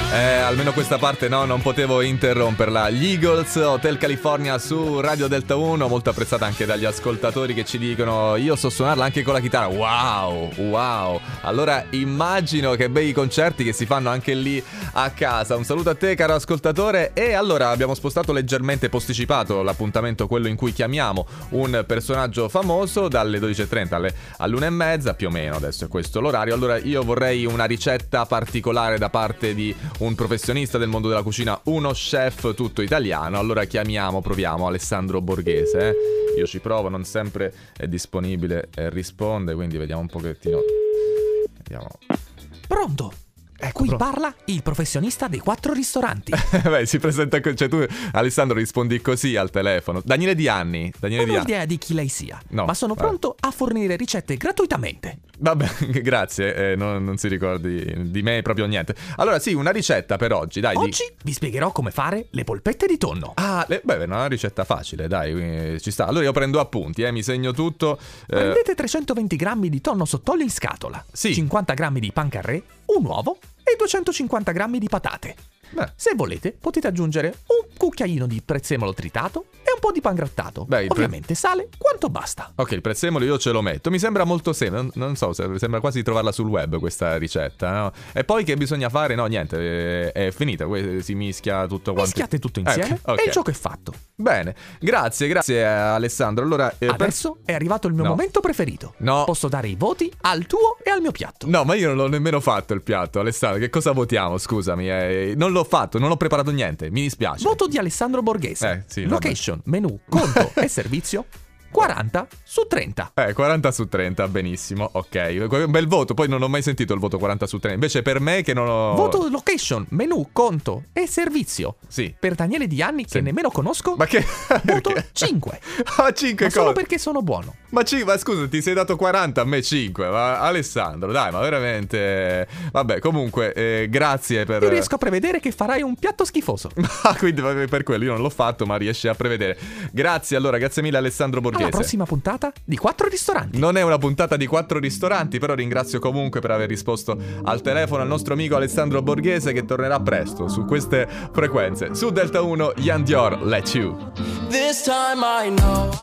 Almeno questa parte no, non potevo interromperla. Gli Eagles, Hotel California su Radio Delta 1, molto apprezzata anche dagli ascoltatori che ci dicono io so suonarla anche con la chitarra. Wow. Allora immagino che bei concerti che si fanno anche lì a casa. Un saluto a te, caro ascoltatore. E allora abbiamo spostato leggermente, posticipato l'appuntamento, quello in cui chiamiamo un personaggio famoso, dalle 12.30 all'1:30 più o meno. Adesso è questo l'orario. Allora io vorrei una ricetta particolare da parte di un professionista del mondo della cucina, uno chef tutto italiano. Allora proviamo Alessandro Borghese. Io ci provo, non sempre è disponibile e risponde, quindi vediamo un pochettino. Pronto? Qui parla il professionista dei 4 ristoranti. Beh, si presenta cioè tu, Alessandro, rispondi così al telefono. Daniele Dianni. Non ho idea di chi lei sia, ma sono pronto a fornire ricette gratuitamente. Vabbè, grazie, non si ricordi di me proprio niente. Allora sì, una ricetta per oggi, dai. Oggi vi spiegherò come fare le polpette di tonno. Beh, è una ricetta facile, dai, ci sta. Allora io prendo appunti, mi segno tutto. Prendete 320 grammi di tonno sott'olio in scatola, 50 grammi di pan carré, un uovo e 250 grammi di patate. Se volete potete aggiungere un cucchiaino di prezzemolo tritato e un po' di pangrattato. Ovviamente sale quanto basta. Ok, il prezzemolo io ce lo metto. Mi sembra molto semplice, non so, sembra quasi di trovarla sul web questa ricetta, no? E poi che bisogna fare? No, niente, è finita, si mischia tutto quanto. Mischiate tutto insieme e il gioco è fatto. Bene, grazie Alessandro. Allora adesso è arrivato il mio momento preferito. Posso dare i voti al tuo e al mio piatto. No, ma io non l'ho nemmeno fatto il piatto, Alessandro. Che cosa votiamo? Scusami, non l'ho fatto, non ho preparato niente, mi dispiace. Voto di Alessandro Borghese. Location, menù, conto e servizio 40 su 30. 40 su 30, benissimo, ok. Un bel voto, poi non ho mai sentito il voto 40 su 30. Invece per me che non ho... Voto location, menù, conto e servizio. Sì. Per Daniele Dianni, che nemmeno conosco, ma che... voto 5. 5 ma solo perché sono buono. Ma scusa, ti sei dato 40, a me 5. Ma Alessandro, dai, ma veramente... Vabbè, comunque, grazie per... Io riesco a prevedere che farai un piatto schifoso. Quindi per quello io non l'ho fatto, ma riesci a prevedere. Grazie mille Alessandro Borghese. Alla prossima puntata di 4 ristoranti. Non è una puntata di 4 ristoranti, però ringrazio comunque per aver risposto al telefono al nostro amico Alessandro Borghese, che tornerà presto su queste frequenze. Su Delta 1, Ian Dior, Let You. This time I know.